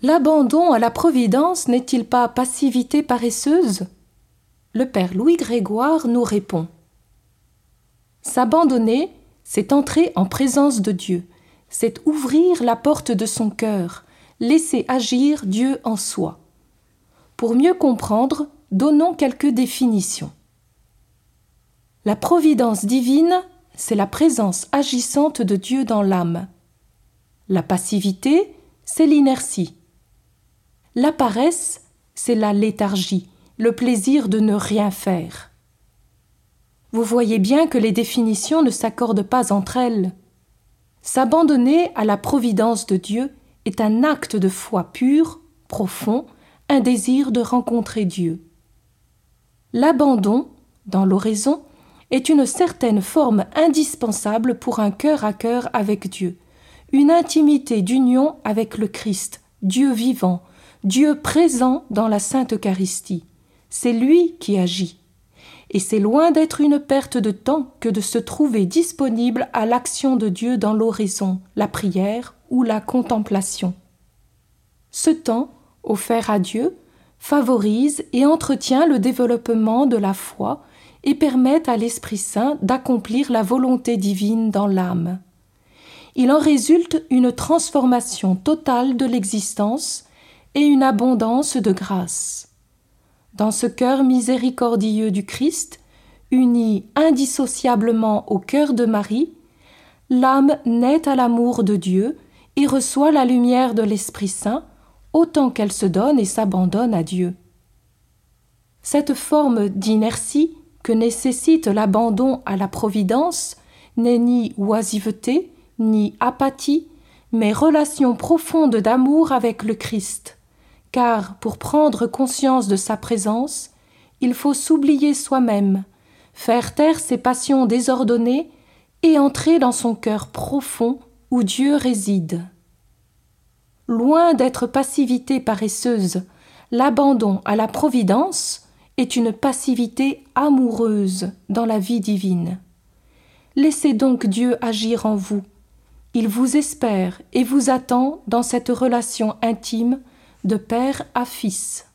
L'abandon à la providence n'est-il pas passivité paresseuse ? Le père Louis Grégoire nous répond. S'abandonner, c'est entrer en présence de Dieu, c'est ouvrir la porte de son cœur, laisser agir Dieu en soi. Pour mieux comprendre, donnons quelques définitions. La providence divine, c'est la présence agissante de Dieu dans l'âme. La passivité, c'est l'inertie. La paresse, c'est la léthargie, le plaisir de ne rien faire. Vous voyez bien que les définitions ne s'accordent pas entre elles. S'abandonner à la providence de Dieu est un acte de foi pur, profond, un désir de rencontrer Dieu. L'abandon, dans l'oraison, est une certaine forme indispensable pour un cœur à cœur avec Dieu, une intimité d'union avec le Christ, Dieu vivant, Dieu présent dans la Sainte Eucharistie. C'est lui qui agit. Et c'est loin d'être une perte de temps que de se trouver disponible à l'action de Dieu dans l'oraison, la prière ou la contemplation. Ce temps, offert à Dieu, favorise et entretient le développement de la foi et permet à l'Esprit Saint d'accomplir la volonté divine dans l'âme. Il en résulte une transformation totale de l'existence et une abondance de grâce. Dans ce cœur miséricordieux du Christ, uni indissociablement au cœur de Marie, l'âme naît à l'amour de Dieu et reçoit la lumière de l'Esprit Saint, autant qu'elle se donne et s'abandonne à Dieu. Cette forme d'inertie que nécessite l'abandon à la providence n'est ni oisiveté, ni apathie, mais relation profonde d'amour avec le Christ. Car pour prendre conscience de sa présence, il faut s'oublier soi-même, faire taire ses passions désordonnées et entrer dans son cœur profond où Dieu réside. Loin d'être passivité paresseuse, l'abandon à la providence est une passivité amoureuse dans la vie divine. Laissez donc Dieu agir en vous. Il vous espère et vous attend dans cette relation intime de père à fils.